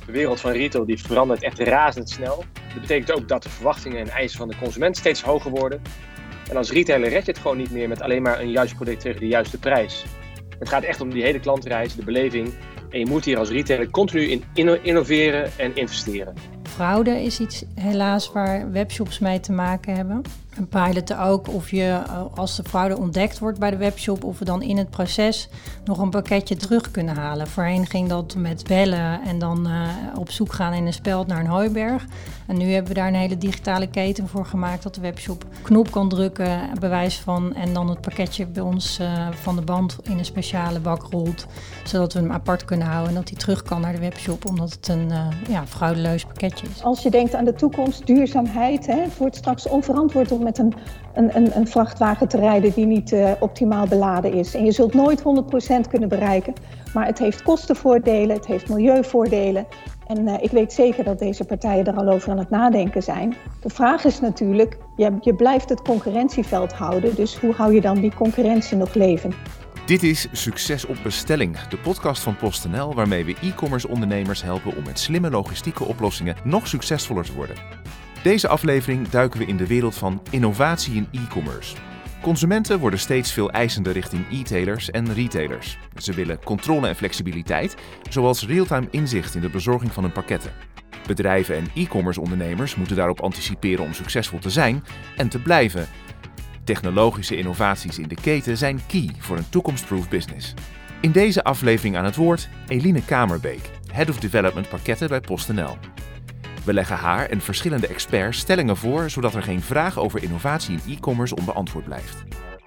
De wereld van retail die verandert echt razendsnel. Dat betekent ook dat de verwachtingen en eisen van de consument steeds hoger worden. En als retailer red je het gewoon niet meer met alleen maar een juist product tegen de juiste prijs. Het gaat echt om die hele klantreis, de beleving. En je moet hier als retailer continu in innoveren en investeren. Fraude is iets helaas waar webshops mee te maken hebben. En piloten ook of je, als de fraude ontdekt wordt bij de webshop, of we dan in het proces nog een pakketje terug kunnen halen. Voorheen ging dat met bellen en dan op zoek gaan in een speld naar een hooiberg. En nu hebben we daar een hele digitale keten voor gemaakt dat de webshop knop kan drukken, bewijs van, en dan het pakketje bij ons van de band in een speciale bak rolt. Zodat we hem apart kunnen houden en dat hij terug kan naar de webshop, omdat het een fraudeleus pakketje is. Als je denkt aan de toekomst, duurzaamheid, het wordt straks onverantwoord om met een vrachtwagen te rijden die niet optimaal beladen is. En je zult nooit 100% kunnen bereiken, maar het heeft kostenvoordelen, het heeft milieuvoordelen. En ik weet zeker dat deze partijen er al over aan het nadenken zijn. De vraag is natuurlijk, je blijft het concurrentieveld houden, dus hoe hou je dan die concurrentie nog levend? Dit is Succes op Bestelling, de podcast van PostNL waarmee we e-commerce ondernemers helpen om met slimme logistieke oplossingen nog succesvoller te worden. Deze aflevering duiken we in de wereld van innovatie in e-commerce. Consumenten worden steeds veel eisender richting e-tailers en retailers. Ze willen controle en flexibiliteit, zoals real-time inzicht in de bezorging van hun pakketten. Bedrijven en e-commerce ondernemers moeten daarop anticiperen om succesvol te zijn en te blijven. Technologische innovaties in de keten zijn key voor een toekomstproof business. In deze aflevering aan het woord Eline Kamerbeek, Head of Development Pakketten bij PostNL. We leggen haar en verschillende experts stellingen voor, zodat er geen vraag over innovatie in e-commerce onbeantwoord blijft.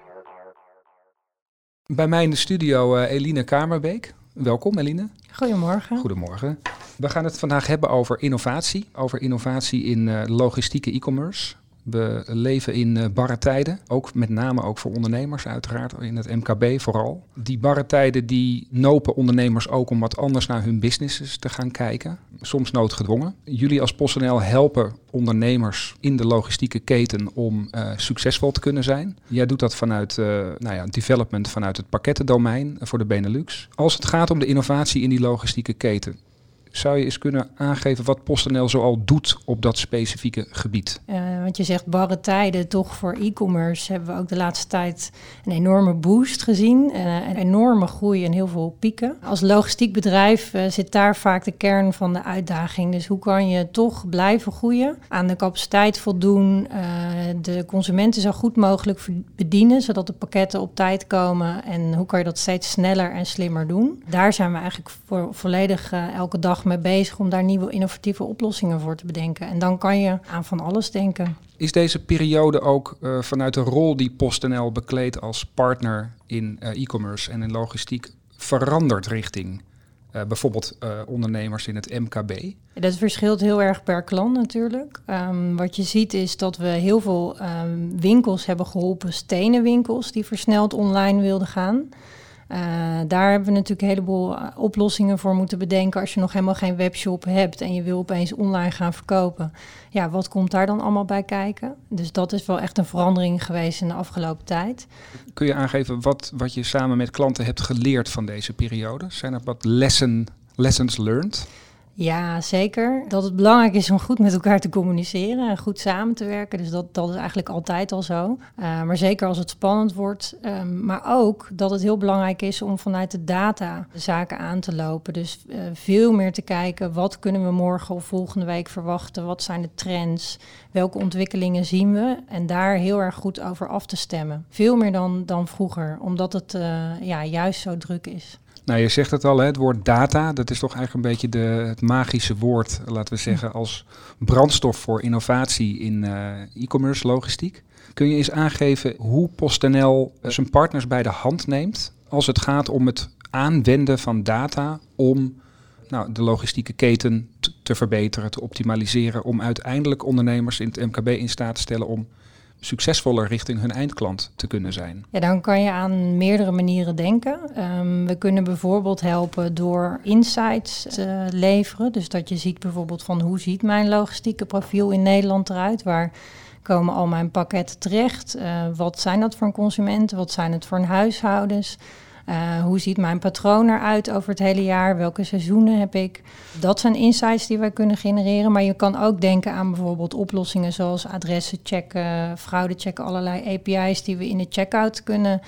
Bij mij in de studio Eline Kamerbeek. Welkom Eline. Goedemorgen. Goedemorgen. We gaan het vandaag hebben over innovatie in logistieke e-commerce. We leven in barre tijden, ook met name ook voor ondernemers uiteraard, in het MKB vooral. Die barre tijden die nopen ondernemers ook om wat anders naar hun businesses te gaan kijken, soms noodgedwongen. Jullie als PostNL helpen ondernemers in de logistieke keten om succesvol te kunnen zijn. Jij doet dat vanuit development vanuit het pakkettendomein voor de Benelux. Als het gaat om de innovatie in die logistieke keten, zou je eens kunnen aangeven wat PostNL zoal doet op dat specifieke gebied? Want je zegt barre tijden, toch voor e-commerce hebben we ook de laatste tijd een enorme boost gezien. Een enorme groei en heel veel pieken. Als logistiek bedrijf zit daar vaak de kern van de uitdaging. Dus hoe kan je toch blijven groeien, aan de capaciteit voldoen, de consumenten zo goed mogelijk bedienen, zodat de pakketten op tijd komen. En hoe kan je dat steeds sneller en slimmer doen? Daar zijn we eigenlijk volledig elke dag mee bezig om daar nieuwe innovatieve oplossingen voor te bedenken. En dan kan je aan van alles denken. Is deze periode ook vanuit de rol die PostNL bekleedt als partner in e-commerce en in logistiek veranderd richting bijvoorbeeld ondernemers in het MKB? Dat verschilt heel erg per klant natuurlijk. Wat je ziet is dat we heel veel winkels hebben geholpen, stenen winkels die versneld online wilden gaan. Daar hebben we natuurlijk een heleboel oplossingen voor moeten bedenken als je nog helemaal geen webshop hebt en je wil opeens online gaan verkopen. Ja, wat komt daar dan allemaal bij kijken? Dus dat is wel echt een verandering geweest in de afgelopen tijd. Kun je aangeven wat je samen met klanten hebt geleerd van deze periode? Zijn er wat lessons learned? Ja, zeker. Dat het belangrijk is om goed met elkaar te communiceren en goed samen te werken. Dus dat is eigenlijk altijd al zo. Maar zeker als het spannend wordt. Maar ook dat het heel belangrijk is om vanuit de data de zaken aan te lopen. Dus veel meer te kijken, wat kunnen we morgen of volgende week verwachten? Wat zijn de trends? Welke ontwikkelingen zien we? En daar heel erg goed over af te stemmen. Veel meer dan vroeger, omdat het juist zo druk is. Nou, je zegt het al, het woord data, dat is toch eigenlijk een beetje het magische woord, laten we zeggen, als brandstof voor innovatie in e-commerce logistiek. Kun je eens aangeven hoe PostNL zijn partners bij de hand neemt als het gaat om het aanwenden van data om de logistieke keten te verbeteren, te optimaliseren, om uiteindelijk ondernemers in het MKB in staat te stellen om succesvoller richting hun eindklant te kunnen zijn? Ja, dan kan je aan meerdere manieren denken. We kunnen bijvoorbeeld helpen door insights te leveren. Dus dat je ziet bijvoorbeeld van hoe ziet mijn logistieke profiel in Nederland eruit? Waar komen al mijn pakketten terecht? Wat zijn dat voor een consument? Wat zijn het voor een huishoudens? Hoe ziet mijn patroon eruit over het hele jaar? Welke seizoenen heb ik? Dat zijn insights die wij kunnen genereren. Maar je kan ook denken aan bijvoorbeeld oplossingen zoals adressen checken, fraude checken, allerlei API's die we in de checkout kunnen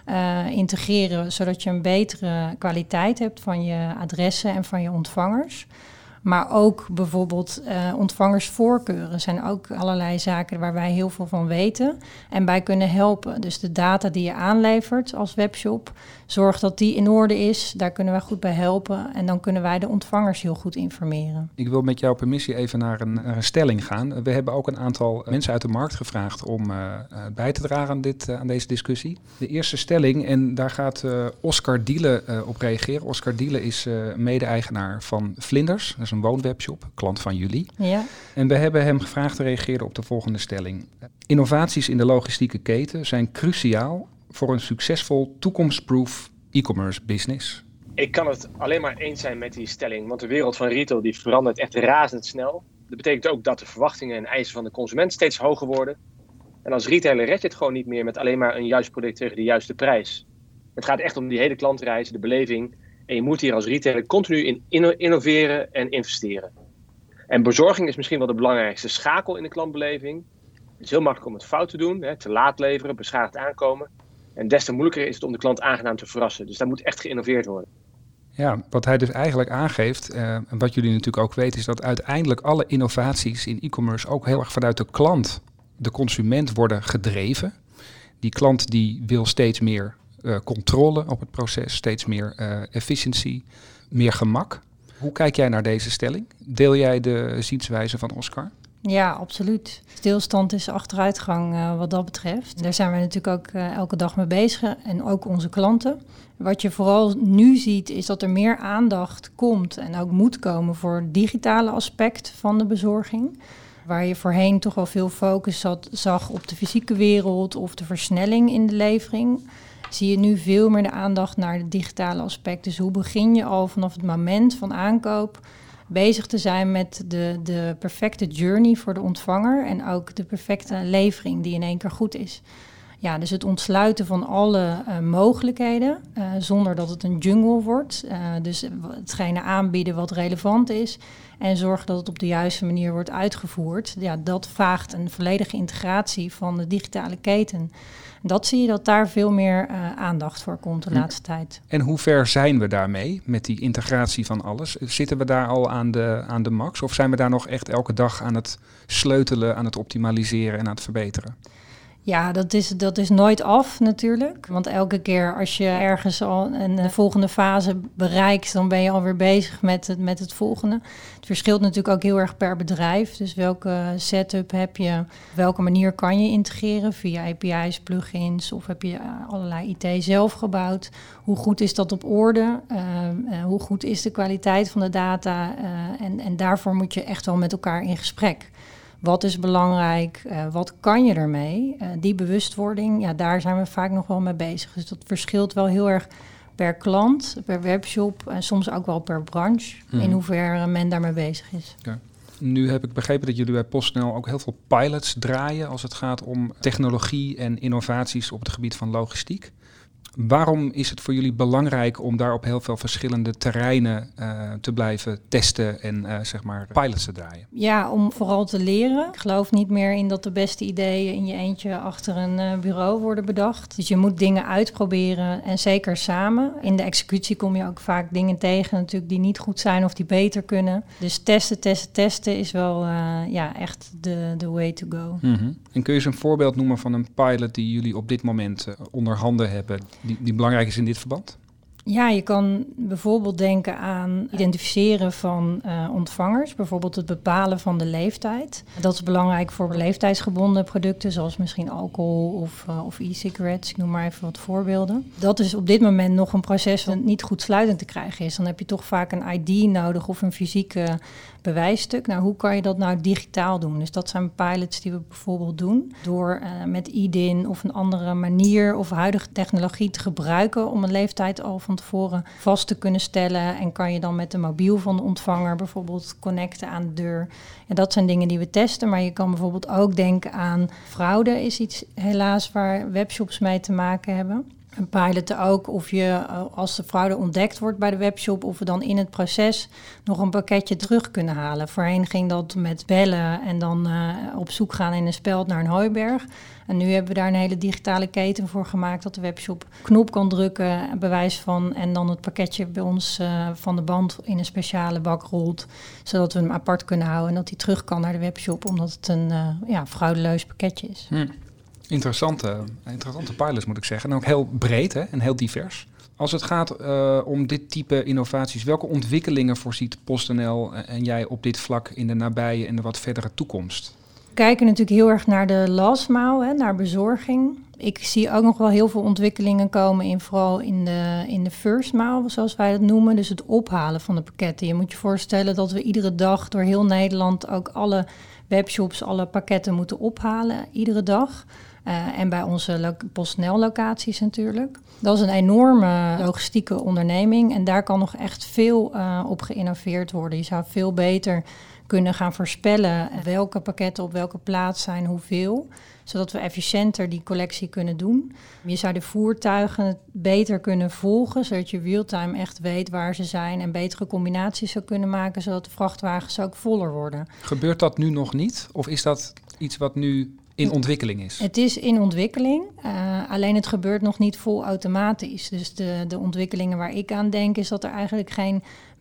integreren, zodat je een betere kwaliteit hebt van je adressen en van je ontvangers. Maar ook bijvoorbeeld ontvangersvoorkeuren zijn ook allerlei zaken waar wij heel veel van weten en bij kunnen helpen. Dus de data die je aanlevert als webshop, zorg dat die in orde is. Daar kunnen wij goed bij helpen en dan kunnen wij de ontvangers heel goed informeren. Ik wil met jouw permissie even naar een stelling gaan. We hebben ook een aantal mensen uit de markt gevraagd om bij te dragen aan deze discussie. De eerste stelling, en daar gaat Oscar Diele op reageren. Oscar Diele is mede-eigenaar van Vlinders. Dat is een woonwebshop, klant van jullie. Ja. En we hebben hem gevraagd te reageren op de volgende stelling. Innovaties in de logistieke keten zijn cruciaal voor een succesvol, toekomstproof e-commerce business. Ik kan het alleen maar eens zijn met die stelling, want de wereld van retail die verandert echt razendsnel. Dat betekent ook dat de verwachtingen en eisen van de consument steeds hoger worden. En als retailer red je het gewoon niet meer met alleen maar een juist product tegen de juiste prijs. Het gaat echt om die hele klantreis, de beleving. En je moet hier als retailer continu in innoveren en investeren. En bezorging is misschien wel de belangrijkste schakel in de klantbeleving. Het is heel makkelijk om het fout te doen, te laat leveren, beschadigd aankomen. En des te moeilijker is het om de klant aangenaam te verrassen. Dus daar moet echt geïnnoveerd worden. Ja, wat hij dus eigenlijk aangeeft, en wat jullie natuurlijk ook weten, is dat uiteindelijk alle innovaties in e-commerce ook heel erg vanuit de klant, de consument, worden gedreven. Die klant die wil steeds meer controle op het proces, steeds meer efficiëntie, meer gemak. Hoe kijk jij naar deze stelling? Deel jij de zienswijze van Oscar? Ja, absoluut. Stilstand is achteruitgang wat dat betreft. Daar zijn we natuurlijk ook elke dag mee bezig en ook onze klanten. Wat je vooral nu ziet is dat er meer aandacht komt en ook moet komen voor het digitale aspect van de bezorging. Waar je voorheen toch wel veel focus zag op de fysieke wereld of de versnelling in de levering, zie je nu veel meer de aandacht naar het digitale aspect. Dus hoe begin je al vanaf het moment van aankoop bezig te zijn met de perfecte journey voor de ontvanger en ook de perfecte levering die in één keer goed is. Ja, dus het ontsluiten van alle mogelijkheden zonder dat het een jungle wordt. Dus hetgene aanbieden wat relevant is en zorgen dat het op de juiste manier wordt uitgevoerd. Ja, dat vraagt een volledige integratie van de digitale keten. Dat zie je dat daar veel meer aandacht voor komt de laatste tijd. En hoe ver zijn we daarmee met die integratie van alles? Zitten we daar al aan de max of zijn we daar nog echt elke dag aan het sleutelen, aan het optimaliseren en aan het verbeteren? Ja, dat is nooit af natuurlijk. Want elke keer als je ergens al een volgende fase bereikt, dan ben je alweer bezig met het volgende. Het verschilt natuurlijk ook heel erg per bedrijf. Dus welke setup heb je? Op welke manier kan je integreren? Via API's, plugins of heb je allerlei IT zelf gebouwd? Hoe goed is dat op orde? Hoe goed is de kwaliteit van de data? En daarvoor moet je echt wel met elkaar in gesprek. Wat is belangrijk? Wat kan je ermee? Die bewustwording, ja, daar zijn we vaak nog wel mee bezig. Dus dat verschilt wel heel erg per klant, per webshop en soms ook wel per branche. In hoeverre men daarmee bezig is. Ja. Nu heb ik begrepen dat jullie bij PostNL ook heel veel pilots draaien als het gaat om technologie en innovaties op het gebied van logistiek. Waarom is het voor jullie belangrijk om daar op heel veel verschillende terreinen te blijven testen en zeg maar pilots te draaien? Ja, om vooral te leren. Ik geloof niet meer in dat de beste ideeën in je eentje achter een bureau worden bedacht. Dus je moet dingen uitproberen en zeker samen. In de executie kom je ook vaak dingen tegen natuurlijk die niet goed zijn of die beter kunnen. Dus testen is wel echt de way to go. Mm-hmm. En kun je eens een voorbeeld noemen van een pilot die jullie op dit moment onder handen hebben, die belangrijk is in dit verband? Ja, je kan bijvoorbeeld denken aan identificeren van ontvangers. Bijvoorbeeld het bepalen van de leeftijd. Dat is belangrijk voor leeftijdsgebonden producten, zoals misschien alcohol of e-cigarettes. Ik noem maar even wat voorbeelden. Dat is op dit moment nog een proces dat niet goed sluitend te krijgen is. Dan heb je toch vaak een ID nodig of een fysieke bewijsstuk. Nou, hoe kan je dat nou digitaal doen? Dus dat zijn pilots die we bijvoorbeeld doen. Door met IDIN of een andere manier of huidige technologie te gebruiken om een leeftijd al van tevoren vast te kunnen stellen. En kan je dan met de mobiel van de ontvanger bijvoorbeeld connecten aan de deur. Ja, dat zijn dingen die we testen. Maar je kan bijvoorbeeld ook denken aan fraude is iets helaas waar webshops mee te maken hebben. En piloten ook of je, als de fraude ontdekt wordt bij de webshop, of we dan in het proces nog een pakketje terug kunnen halen. Voorheen ging dat met bellen en dan op zoek gaan in een speld naar een hooiberg. En nu hebben we daar een hele digitale keten voor gemaakt dat de webshop knop kan drukken, bewijs van, en dan het pakketje bij ons van de band in een speciale bak rolt, zodat we hem apart kunnen houden en dat hij terug kan naar de webshop, omdat het een fraudeleus pakketje is. Interessante pilots moet ik zeggen. En ook heel breed en heel divers. Als het gaat om dit type innovaties, welke ontwikkelingen voorziet PostNL en jij op dit vlak in de nabije en de wat verdere toekomst? We kijken natuurlijk heel erg naar de last mile, naar bezorging. Ik zie ook nog wel heel veel ontwikkelingen komen, vooral in de first mile, zoals wij dat noemen. Dus het ophalen van de pakketten. Je moet je voorstellen dat we iedere dag door heel Nederland ook alle webshops, alle pakketten moeten ophalen, iedere dag. En bij onze PostNL-locaties natuurlijk. Dat is een enorme logistieke onderneming en daar kan nog echt veel op geïnnoveerd worden. Je zou veel beter kunnen gaan voorspellen welke pakketten op welke plaats zijn, hoeveel, zodat we efficiënter die collectie kunnen doen. Je zou de voertuigen beter kunnen volgen, zodat je real-time echt weet waar ze zijn en betere combinaties zou kunnen maken, zodat de vrachtwagens ook voller worden. Gebeurt dat nu nog niet? Of is dat iets wat nu in ontwikkeling is? Het is in ontwikkeling, alleen het gebeurt nog niet vol automatisch. Dus de ontwikkelingen waar ik aan denk is dat er eigenlijk geen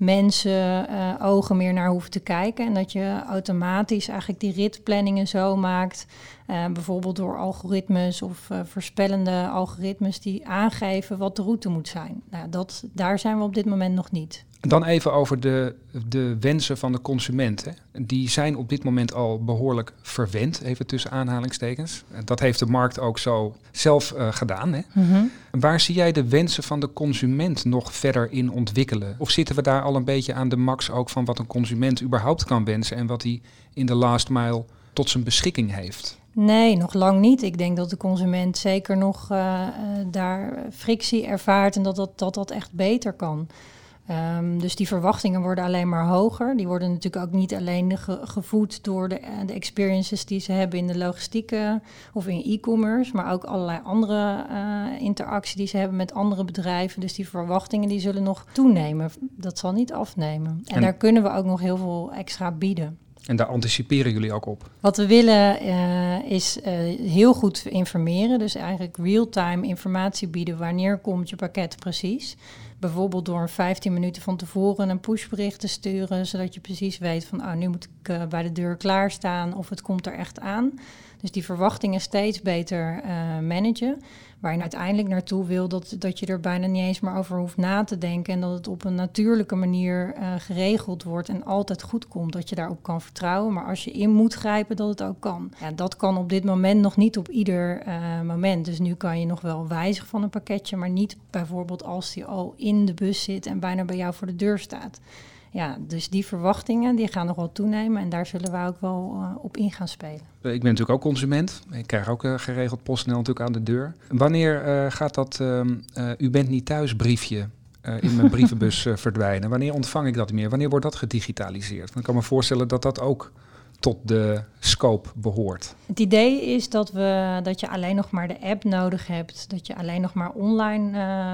mensen ogen meer naar hoeven te kijken. En dat je automatisch eigenlijk die ritplanningen zo maakt, bijvoorbeeld door algoritmes of voorspellende algoritmes die aangeven wat de route moet zijn. Nou, daar zijn we op dit moment nog niet. Dan even over de wensen van de consument. Hè. Die zijn op dit moment al behoorlijk verwend, even tussen aanhalingstekens. Dat heeft de markt ook zo zelf gedaan. Hè. Mm-hmm. Waar zie jij de wensen van de consument nog verder in ontwikkelen? Of zitten we daar al een beetje aan de max ook van wat een consument überhaupt kan wensen en wat hij in de last mile tot zijn beschikking heeft? Nee, nog lang niet. Ik denk dat de consument zeker nog daar frictie ervaart en dat echt beter kan. Dus die verwachtingen worden alleen maar hoger. Die worden natuurlijk ook niet alleen gevoed door de experiences die ze hebben in de logistieke of in e-commerce, maar ook allerlei andere interactie die ze hebben met andere bedrijven. Dus die verwachtingen die zullen nog toenemen. Dat zal niet afnemen. En daar kunnen we ook nog heel veel extra bieden. En daar anticiperen jullie ook op? Wat we willen is heel goed informeren. Dus eigenlijk real-time informatie bieden. Wanneer komt je pakket precies? Bijvoorbeeld door 15 minuten van tevoren een pushbericht te sturen, zodat je precies weet van nu moet ik bij de deur klaarstaan of het komt er echt aan. Dus die verwachtingen steeds beter managen. Waar je uiteindelijk naartoe wil dat je er bijna niet eens meer over hoeft na te denken. En dat het op een natuurlijke manier geregeld wordt en altijd goed komt. Dat je daarop kan vertrouwen. Maar als je in moet grijpen, dat het ook kan. Ja, dat kan op dit moment nog niet op ieder moment. Dus nu kan je nog wel wijzigen van een pakketje. Maar niet bijvoorbeeld als die al in de bus zit en bijna bij jou voor de deur staat. Ja, dus die verwachtingen die gaan nog wel toenemen en daar zullen we ook wel op in gaan spelen. Ik ben natuurlijk ook consument. Ik krijg ook geregeld PostNL natuurlijk aan de deur. Wanneer gaat dat u bent niet thuis briefje in mijn brievenbus verdwijnen? Wanneer ontvang ik dat meer? Wanneer wordt dat gedigitaliseerd? Want ik kan me voorstellen dat dat ook tot de scope behoort. Het idee is dat je alleen nog maar de app nodig hebt. Dat je alleen nog maar online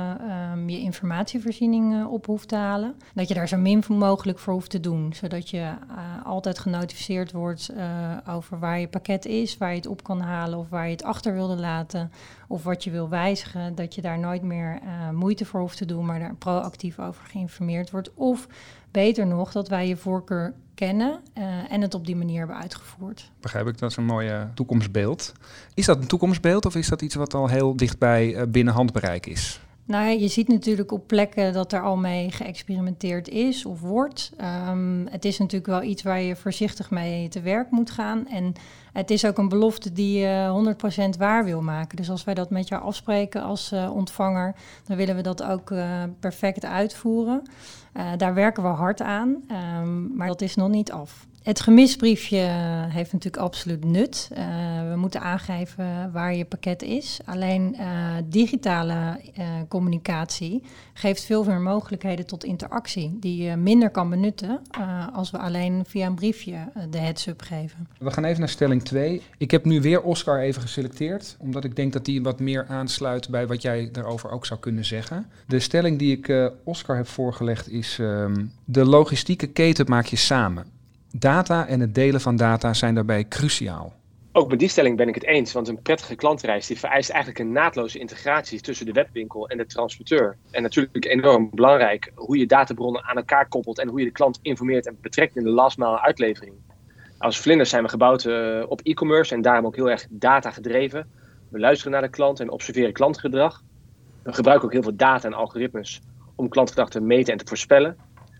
je informatievoorziening op hoeft te halen. Dat je daar zo min mogelijk voor hoeft te doen. Zodat je altijd genotificeerd wordt over waar je pakket is, waar je het op kan halen of waar je het achter wilde laten. Of wat je wil wijzigen. Dat je daar nooit meer moeite voor hoeft te doen, maar daar proactief over geïnformeerd wordt. Of beter nog, dat wij je voorkeur kennen en het op die manier hebben uitgevoerd. Begrijp ik, dat is een mooie toekomstbeeld. Is dat een toekomstbeeld of is dat iets wat al heel dichtbij binnen handbereik is? Nou, je ziet natuurlijk op plekken dat er al mee geëxperimenteerd is of wordt. Het is natuurlijk wel iets waar je voorzichtig mee te werk moet gaan. En het is ook een belofte die je 100% waar wil maken. Dus als wij dat met jou afspreken als ontvanger, dan willen we dat ook perfect uitvoeren. Daar werken we hard aan, maar dat is nog niet af. Het gemisbriefje heeft natuurlijk absoluut nut. We moeten aangeven waar je pakket is. Alleen digitale communicatie geeft veel meer mogelijkheden tot interactie, die je minder kan benutten als we alleen via een briefje de heads-up geven. We gaan even naar stelling 2. Ik heb nu weer Oscar even geselecteerd, omdat ik denk dat die wat meer aansluit bij wat jij daarover ook zou kunnen zeggen. De stelling die ik Oscar heb voorgelegd is: de logistieke keten maak je samen. Data en het delen van data zijn daarbij cruciaal. Ook met die stelling ben ik het eens, want een prettige klantreis die vereist eigenlijk een naadloze integratie tussen de webwinkel en de transporteur. En natuurlijk enorm belangrijk hoe je databronnen aan elkaar koppelt en hoe je de klant informeert en betrekt in de last mile uitlevering. Als Vlinders zijn we gebouwd op e-commerce en daarom ook heel erg data gedreven. We luisteren naar de klant en observeren klantgedrag. We gebruiken ook heel veel data en algoritmes om klantgedrag te meten en te voorspellen.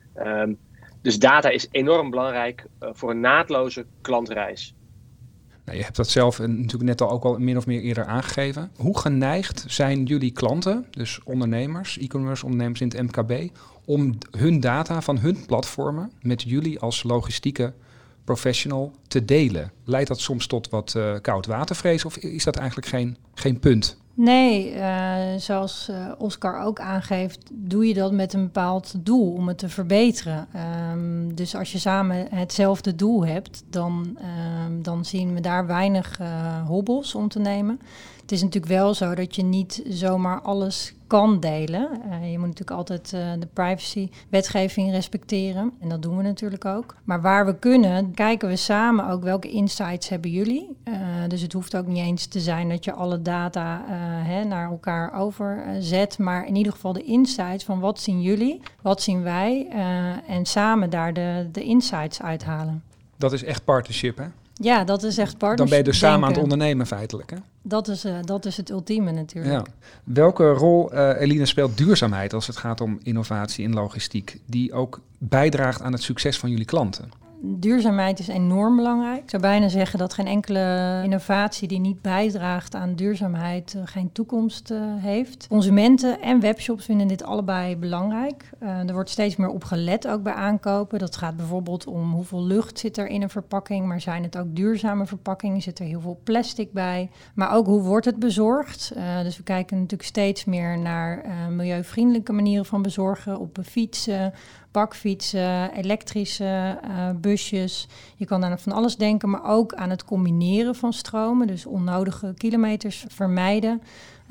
Dus data is enorm belangrijk voor een naadloze klantreis. Nou, je hebt dat zelf natuurlijk net ook al min of meer eerder aangegeven. Hoe geneigd zijn jullie klanten, dus ondernemers, e-commerce ondernemers in het MKB, om hun data van hun platformen met jullie als logistieke professional te delen? Leidt dat soms tot wat koudwatervrees of is dat eigenlijk geen punt? Nee, zoals Oscar ook aangeeft, doe je dat met een bepaald doel om het te verbeteren. Dus als je samen hetzelfde doel hebt, dan zien we daar weinig hobbels om te nemen. Het is natuurlijk wel zo dat je niet zomaar alles kan delen. Je moet natuurlijk altijd de privacy-wetgeving respecteren. En dat doen we natuurlijk ook. Maar waar we kunnen, kijken we samen ook welke insights hebben jullie. Dus het hoeft ook niet eens te zijn dat je alle data naar elkaar overzet. Maar in ieder geval de insights van wat zien jullie, wat zien wij. En samen daar de insights uithalen. Dat is echt partnership, hè? Ja, dat is echt partnership. Dan ben je dus samen aan het ondernemen feitelijk, hè? Dat is het ultieme natuurlijk. Ja. Welke rol, Eline, speelt duurzaamheid als het gaat om innovatie in logistiek, die ook bijdraagt aan het succes van jullie klanten? Duurzaamheid is enorm belangrijk. Ik zou bijna zeggen dat geen enkele innovatie die niet bijdraagt aan duurzaamheid geen toekomst heeft. Consumenten en webshops vinden dit allebei belangrijk. Er wordt steeds meer op gelet, ook bij aankopen. Dat gaat bijvoorbeeld om hoeveel lucht zit er in een verpakking, maar zijn het ook duurzame verpakkingen? Zit er heel veel plastic bij? Maar ook hoe wordt het bezorgd? Dus we kijken natuurlijk steeds meer naar milieuvriendelijke manieren van bezorgen op fietsen, bakfietsen, elektrische busjes. Je kan aan van alles denken, maar ook aan het combineren van stromen. Dus onnodige kilometers vermijden.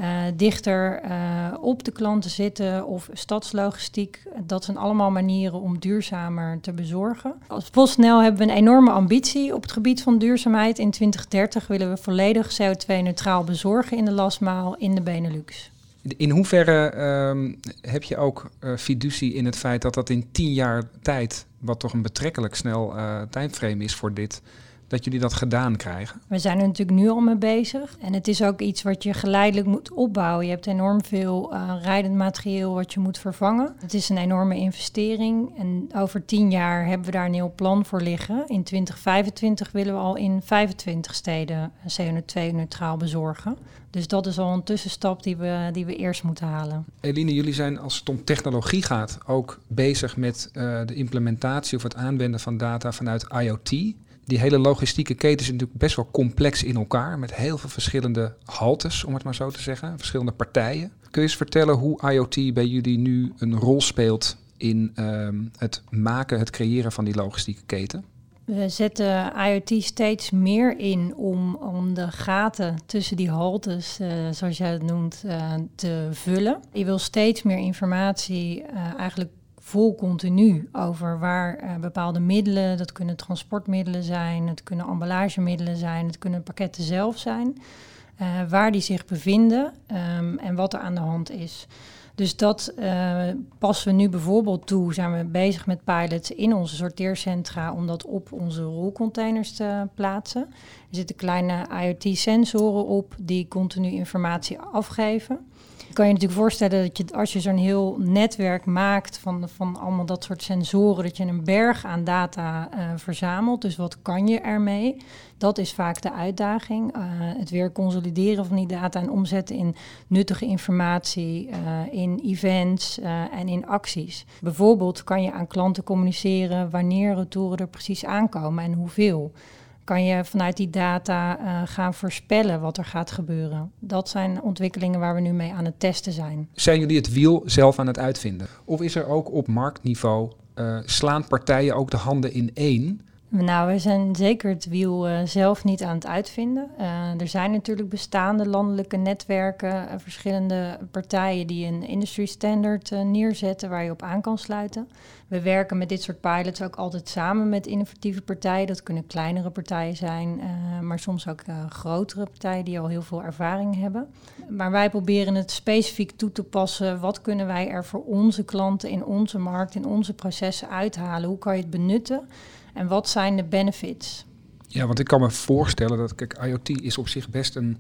Dichter op de klanten zitten of stadslogistiek. Dat zijn allemaal manieren om duurzamer te bezorgen. Als PostNL hebben we een enorme ambitie op het gebied van duurzaamheid. In 2030 willen we volledig CO2-neutraal bezorgen in de last mile in de Benelux. In hoeverre heb je ook fiducie in het feit dat dat in 10 jaar tijd, wat toch een betrekkelijk snel timeframe is voor dit, dat jullie dat gedaan krijgen? We zijn er natuurlijk nu al mee bezig. En het is ook iets wat je geleidelijk moet opbouwen. Je hebt enorm veel rijdend materieel wat je moet vervangen. Het is een enorme investering. En over 10 jaar hebben we daar een heel plan voor liggen. In 2025 willen we al in 25 steden CO2-neutraal bezorgen. Dus dat is al een tussenstap die we eerst moeten halen. Eline, jullie zijn als het om technologie gaat ook bezig met de implementatie of het aanwenden van data vanuit IoT. Die hele logistieke keten is natuurlijk best wel complex in elkaar, met heel veel verschillende haltes, om het maar zo te zeggen, verschillende partijen. Kun je eens vertellen hoe IoT bij jullie nu een rol speelt in het creëren van die logistieke keten? We zetten IoT steeds meer in om de gaten tussen die haltes, zoals jij het noemt, te vullen. Je wil steeds meer informatie eigenlijk vol continu over waar bepaalde middelen, dat kunnen transportmiddelen zijn, het kunnen emballagemiddelen zijn, het kunnen pakketten zelf zijn, waar die zich bevinden en wat er aan de hand is. Dus dat passen we nu bijvoorbeeld toe, zijn we bezig met pilots in onze sorteercentra om dat op onze rolcontainers te plaatsen. Er zitten kleine IoT-sensoren op die continu informatie afgeven. Je kan je natuurlijk voorstellen dat je, als je zo'n heel netwerk maakt van allemaal dat soort sensoren, dat je een berg aan data verzamelt. Dus wat kan je ermee? Dat is vaak de uitdaging. Het weer consolideren van die data en omzetten in nuttige informatie in events en in acties. Bijvoorbeeld kan je aan klanten communiceren wanneer retouren er precies aankomen en hoeveel. Kan je vanuit die data gaan voorspellen wat er gaat gebeuren. Dat zijn ontwikkelingen waar we nu mee aan het testen zijn. Zijn jullie het wiel zelf aan het uitvinden? Of is er ook op marktniveau, slaan partijen ook de handen in één? Nou, we zijn zeker het wiel zelf niet aan het uitvinden. Er zijn natuurlijk bestaande landelijke netwerken, verschillende partijen die een industry standard neerzetten waar je op aan kan sluiten. We werken met dit soort pilots ook altijd samen met innovatieve partijen. Dat kunnen kleinere partijen zijn, maar soms ook grotere partijen die al heel veel ervaring hebben. Maar wij proberen het specifiek toe te passen. Wat kunnen wij er voor onze klanten in onze markt, in onze processen uithalen? Hoe kan je het benutten? En wat zijn de benefits? Ja, want ik kan me voorstellen dat, kijk, IoT is op zich best een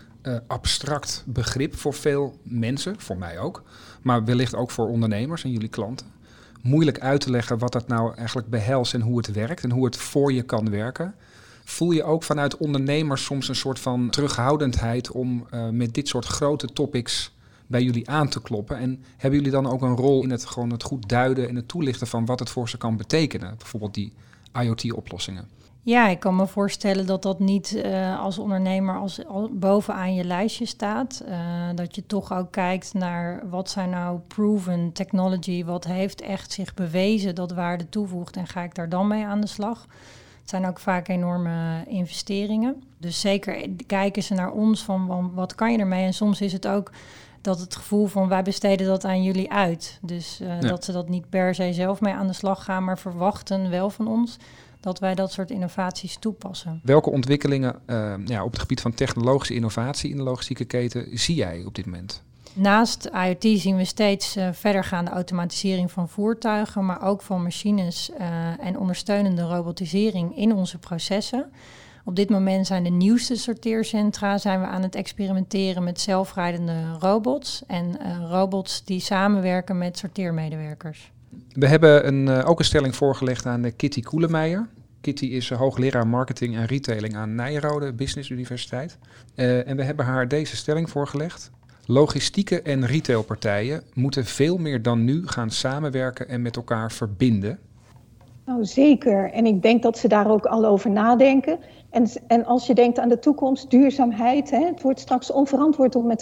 abstract begrip voor veel mensen, voor mij ook, maar wellicht ook voor ondernemers en jullie klanten. Moeilijk uit te leggen wat dat nou eigenlijk behelst en hoe het werkt en hoe het voor je kan werken. Voel je ook vanuit ondernemers soms een soort van terughoudendheid om met dit soort grote topics bij jullie aan te kloppen? En hebben jullie dan ook een rol in het goed duiden en het toelichten van wat het voor ze kan betekenen? Bijvoorbeeld die IoT-oplossingen. Ja, ik kan me voorstellen dat dat niet als ondernemer als bovenaan je lijstje staat. Dat je toch ook kijkt naar wat zijn nou proven technology, wat heeft echt zich bewezen dat waarde toevoegt en ga ik daar dan mee aan de slag. Het zijn ook vaak enorme investeringen. Dus zeker kijken ze naar ons van wat kan je ermee? En soms is het ook dat het gevoel van wij besteden dat aan jullie uit. Dus dat ze dat niet per se zelf mee aan de slag gaan, maar verwachten wel van ons dat wij dat soort innovaties toepassen. Welke ontwikkelingen op het gebied van technologische innovatie in de logistieke keten zie jij op dit moment? Naast IoT zien we steeds verdergaande automatisering van voertuigen, maar ook van machines en ondersteunende robotisering in onze processen. Op dit moment zijn de nieuwste sorteercentra zijn we aan het experimenteren met zelfrijdende robots en robots die samenwerken met sorteermedewerkers. We hebben ook een stelling voorgelegd aan Kitty Koelemeijer. Kitty is hoogleraar marketing en retailing aan Nyenrode Business Universiteit. En we hebben haar deze stelling voorgelegd. Logistieke en retailpartijen moeten veel meer dan nu gaan samenwerken en met elkaar verbinden. Nou, zeker. En ik denk dat ze daar ook al over nadenken. En als je denkt aan de toekomst, duurzaamheid. Het wordt straks onverantwoord om met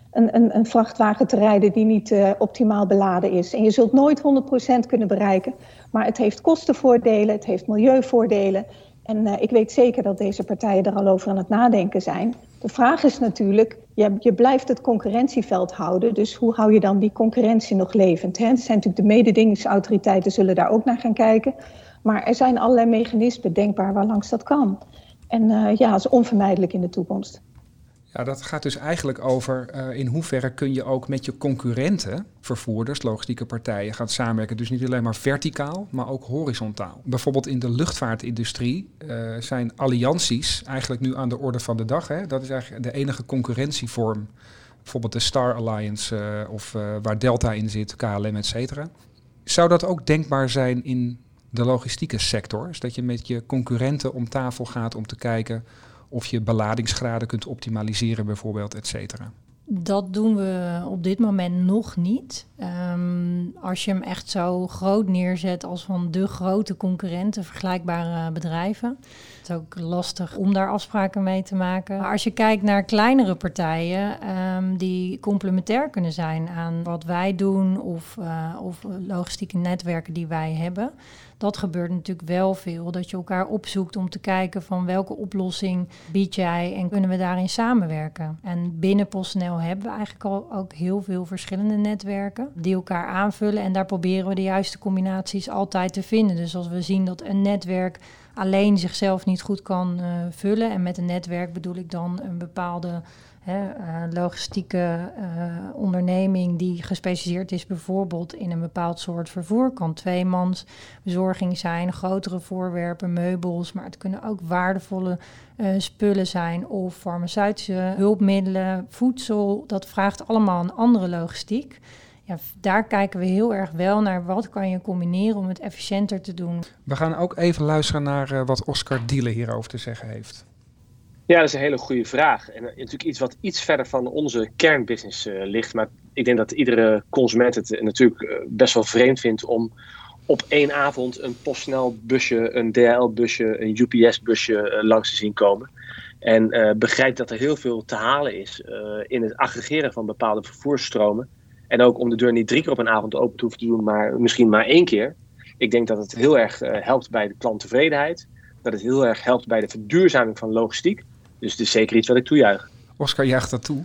een vrachtwagen te rijden die niet optimaal beladen is. En je zult nooit 100% kunnen bereiken. Maar het heeft kostenvoordelen, het heeft milieuvoordelen. En ik weet zeker dat deze partijen er al over aan het nadenken zijn. De vraag is natuurlijk, je blijft het concurrentieveld houden. Dus hoe hou je dan die concurrentie nog levend? Er zijn natuurlijk de mededingingsautoriteiten zullen daar ook naar gaan kijken. Maar er zijn allerlei mechanismen denkbaar waarlangs dat kan. En dat is onvermijdelijk in de toekomst. Ja, dat gaat dus eigenlijk over in hoeverre kun je ook met je concurrenten, vervoerders, logistieke partijen gaan samenwerken. Dus niet alleen maar verticaal, maar ook horizontaal. Bijvoorbeeld in de luchtvaartindustrie zijn allianties eigenlijk nu aan de orde van de dag. Hè? Dat is eigenlijk de enige concurrentievorm. Bijvoorbeeld de Star Alliance of waar Delta in zit, KLM, et cetera. Zou dat ook denkbaar zijn in de logistieke sector? Dus dat je met je concurrenten om tafel gaat om te kijken of je beladingsgraden kunt optimaliseren bijvoorbeeld, et cetera. Dat doen we op dit moment nog niet. Als je hem echt zo groot neerzet als van de grote concurrenten, vergelijkbare bedrijven. Het is ook lastig om daar afspraken mee te maken. Maar als je kijkt naar kleinere partijen die complementair kunnen zijn aan wat wij doen of logistieke netwerken die wij hebben. Dat gebeurt natuurlijk wel veel, dat je elkaar opzoekt om te kijken van welke oplossing bied jij en kunnen we daarin samenwerken. En binnen PostNL hebben we eigenlijk al ook heel veel verschillende netwerken die elkaar aanvullen en daar proberen we de juiste combinaties altijd te vinden. Dus als we zien dat een netwerk alleen zichzelf niet goed kan vullen en met een netwerk bedoel ik dan een bepaalde logistieke onderneming die gespecialiseerd is bijvoorbeeld in een bepaald soort vervoer. Kan tweemans bezorging zijn, grotere voorwerpen, meubels, maar het kunnen ook waardevolle spullen zijn of farmaceutische hulpmiddelen, voedsel. Dat vraagt allemaal een andere logistiek. Ja, daar kijken we heel erg wel naar wat kan je combineren om het efficiënter te doen. We gaan ook even luisteren naar wat Oscar Diele hierover te zeggen heeft. Ja, dat is een hele goede vraag. En natuurlijk iets wat iets verder van onze kernbusiness ligt. Maar ik denk dat iedere consument het natuurlijk best wel vreemd vindt om op één avond een PostNL busje, een DHL busje, een UPS busje langs te zien komen. En begrijpt dat er heel veel te halen is in het aggregeren van bepaalde vervoersstromen. En ook om de deur niet 3 keer op een avond open te hoeven te doen, maar misschien maar 1 keer. Ik denk dat het heel erg helpt bij de klanttevredenheid. Dat het heel erg helpt bij de verduurzaming van logistiek. Dus het is zeker iets wat ik toejuich. Oscar juicht dat toe.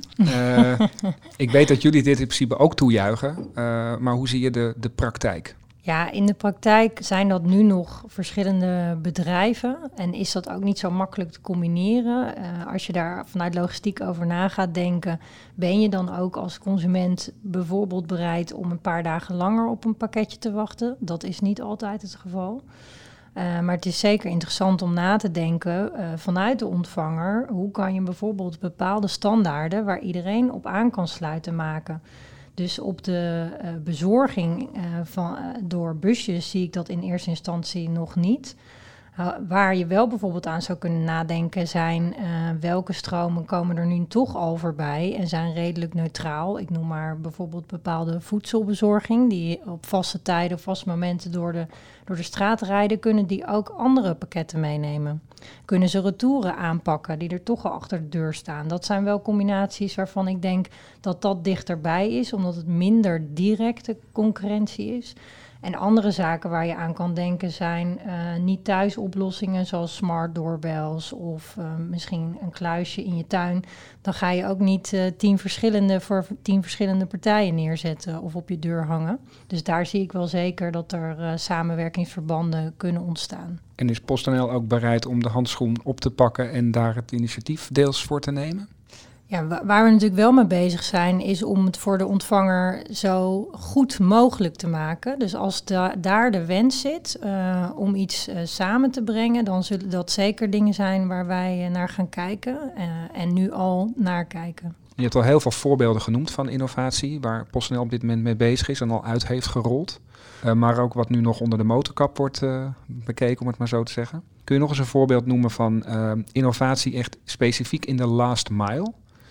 Ik weet dat jullie dit in principe ook toejuichen. Maar hoe zie je de praktijk? Ja, in de praktijk zijn dat nu nog verschillende bedrijven en is dat ook niet zo makkelijk te combineren. Als je daar vanuit logistiek over na gaat denken, ben je dan ook als consument bijvoorbeeld bereid om een paar dagen langer op een pakketje te wachten? Dat is niet altijd het geval. Maar het is zeker interessant om na te denken vanuit de ontvanger. Hoe kan je bijvoorbeeld bepaalde standaarden waar iedereen op aan kan sluiten maken? Dus op de bezorging door busjes zie ik dat in eerste instantie nog niet. Waar je wel bijvoorbeeld aan zou kunnen nadenken zijn welke stromen komen er nu toch al voorbij en zijn redelijk neutraal. Ik noem maar bijvoorbeeld bepaalde voedselbezorging die op vaste tijden, vaste momenten door de straat rijden. Kunnen die ook andere pakketten meenemen? Kunnen ze retouren aanpakken die er toch al achter de deur staan? Dat zijn wel combinaties waarvan ik denk dat dat dichterbij is, omdat het minder directe concurrentie is. En andere zaken waar je aan kan denken zijn niet thuisoplossingen zoals smart doorbells of misschien een kluisje in je tuin. Dan ga je ook niet 10 verschillende partijen neerzetten of op je deur hangen. Dus daar zie ik wel zeker dat er samenwerkingsverbanden kunnen ontstaan. En is PostNL ook bereid om de handschoen op te pakken en daar het initiatief deels voor te nemen? Ja, waar we natuurlijk wel mee bezig zijn, is om het voor de ontvanger zo goed mogelijk te maken. Dus als daar de wens zit om iets samen te brengen, dan zullen dat zeker dingen zijn waar wij naar gaan kijken en nu al naar kijken. Je hebt al heel veel voorbeelden genoemd van innovatie, waar PostNL op dit moment mee bezig is en al uit heeft gerold. Maar ook wat nu nog onder de motorkap wordt bekeken, om het maar zo te zeggen. Kun je nog eens een voorbeeld noemen van innovatie echt specifiek in de last mile?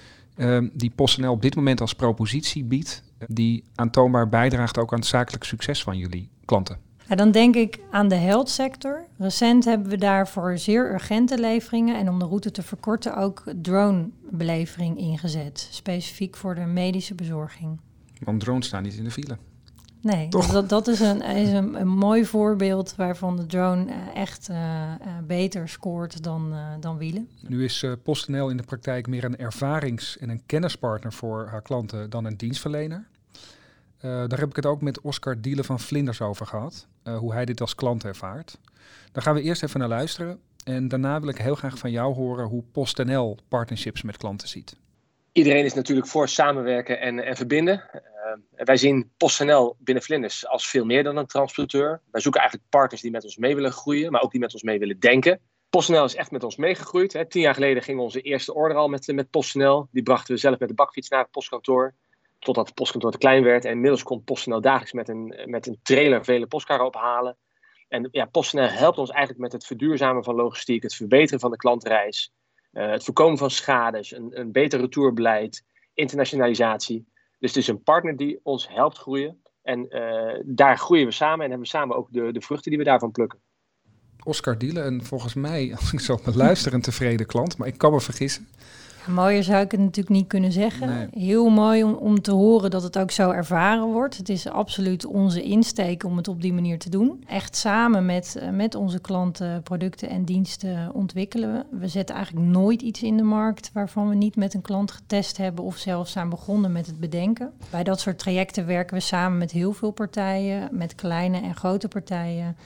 Die PostNL op dit moment als propositie biedt, die aantoonbaar bijdraagt ook aan het zakelijk succes van jullie klanten? Ja, dan denk ik aan de health sector. Recent hebben we daar voor zeer urgente leveringen en om de route te verkorten ook drone-belevering ingezet. Specifiek voor de medische bezorging. Want drones staan niet in de file. Nee, dat is een mooi voorbeeld waarvan de drone echt beter scoort dan wielen. Nu is PostNL in de praktijk meer een ervarings- en een kennispartner voor haar klanten dan een dienstverlener. Daar heb ik het ook met Oscar Diele van Vlinders over gehad, hoe hij dit als klant ervaart. Daar gaan we eerst even naar luisteren en daarna wil ik heel graag van jou horen hoe PostNL partnerships met klanten ziet. Iedereen is natuurlijk voor samenwerken en verbinden. Wij zien PostNL binnen Vlinders als veel meer dan een transporteur. Wij zoeken eigenlijk partners die met ons mee willen groeien, maar ook die met ons mee willen denken. PostNL is echt met ons meegegroeid. 10 jaar geleden ging onze eerste order al met PostNL. Die brachten we zelf met de bakfiets naar het postkantoor. Totdat het postkantoor te klein werd. En inmiddels kon PostNL dagelijks met een trailer vele postkarren ophalen. En ja, PostNL helpt ons eigenlijk met het verduurzamen van logistiek, het verbeteren van de klantreis, het voorkomen van schades, een beter retourbeleid, internationalisatie. Dus het is een partner die ons helpt groeien. En daar groeien we samen en hebben we samen ook de vruchten die we daarvan plukken. Oscar Diele, en volgens mij, als ik zo luister, een tevreden klant, maar ik kan me vergissen. Ja, mooier zou ik het natuurlijk niet kunnen zeggen. Nee. Heel mooi om te horen dat het ook zo ervaren wordt. Het is absoluut onze insteek om het op die manier te doen. Echt samen met onze klanten producten en diensten ontwikkelen we. We zetten eigenlijk nooit iets in de markt waarvan we niet met een klant getest hebben of zelfs zijn begonnen met het bedenken. Bij dat soort trajecten werken we samen met heel veel partijen, met kleine en grote partijen.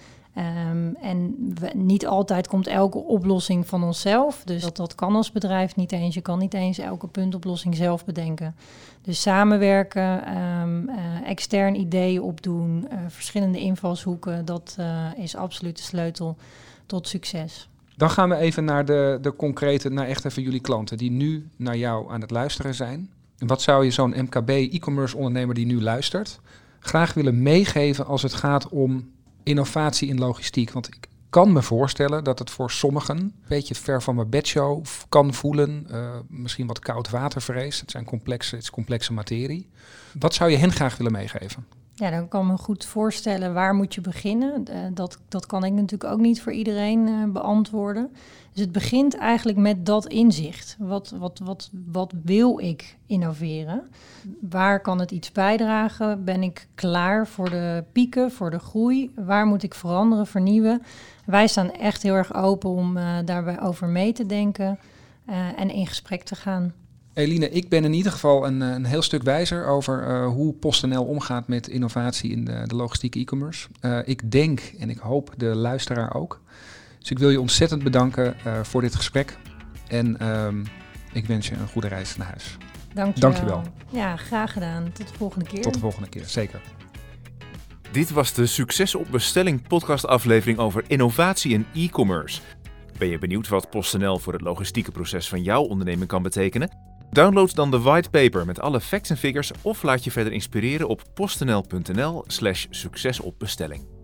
Niet altijd komt elke oplossing van onszelf. Dus dat kan als bedrijf niet eens. Je kan niet eens elke puntoplossing zelf bedenken. Dus samenwerken, extern ideeën opdoen, verschillende invalshoeken, dat is absoluut de sleutel tot succes. Dan gaan we even naar de concrete, naar echt even jullie klanten die nu naar jou aan het luisteren zijn. Wat zou je zo'n MKB e-commerce ondernemer die nu luistert graag willen meegeven als het gaat om innovatie in logistiek? Want kan me voorstellen dat het voor sommigen een beetje ver van mijn bedshow kan voelen. Misschien wat koud watervrees. Het is complexe materie. Wat zou je hen graag willen meegeven? Ja, dan kan ik me goed voorstellen, waar moet je beginnen? Dat kan ik natuurlijk ook niet voor iedereen beantwoorden. Dus het begint eigenlijk met dat inzicht. Wat wil ik innoveren? Waar kan het iets bijdragen? Ben ik klaar voor de pieken, voor de groei? Waar moet ik veranderen, vernieuwen? Wij staan echt heel erg open om daarbij over mee te denken en in gesprek te gaan. Eline, ik ben in ieder geval een heel stuk wijzer over hoe PostNL omgaat met innovatie in de logistieke e-commerce. Ik denk en ik hoop de luisteraar ook. Dus ik wil je ontzettend bedanken voor dit gesprek. En ik wens je een goede reis naar huis. Dank je wel. Ja, graag gedaan. Tot de volgende keer. Tot de volgende keer, zeker. Dit was de Succes op Bestelling podcastaflevering over innovatie in e-commerce. Ben je benieuwd wat PostNL voor het logistieke proces van jouw onderneming kan betekenen? Download dan de whitepaper met alle facts en figures of laat je verder inspireren op postnl.nl/succesopbestelling.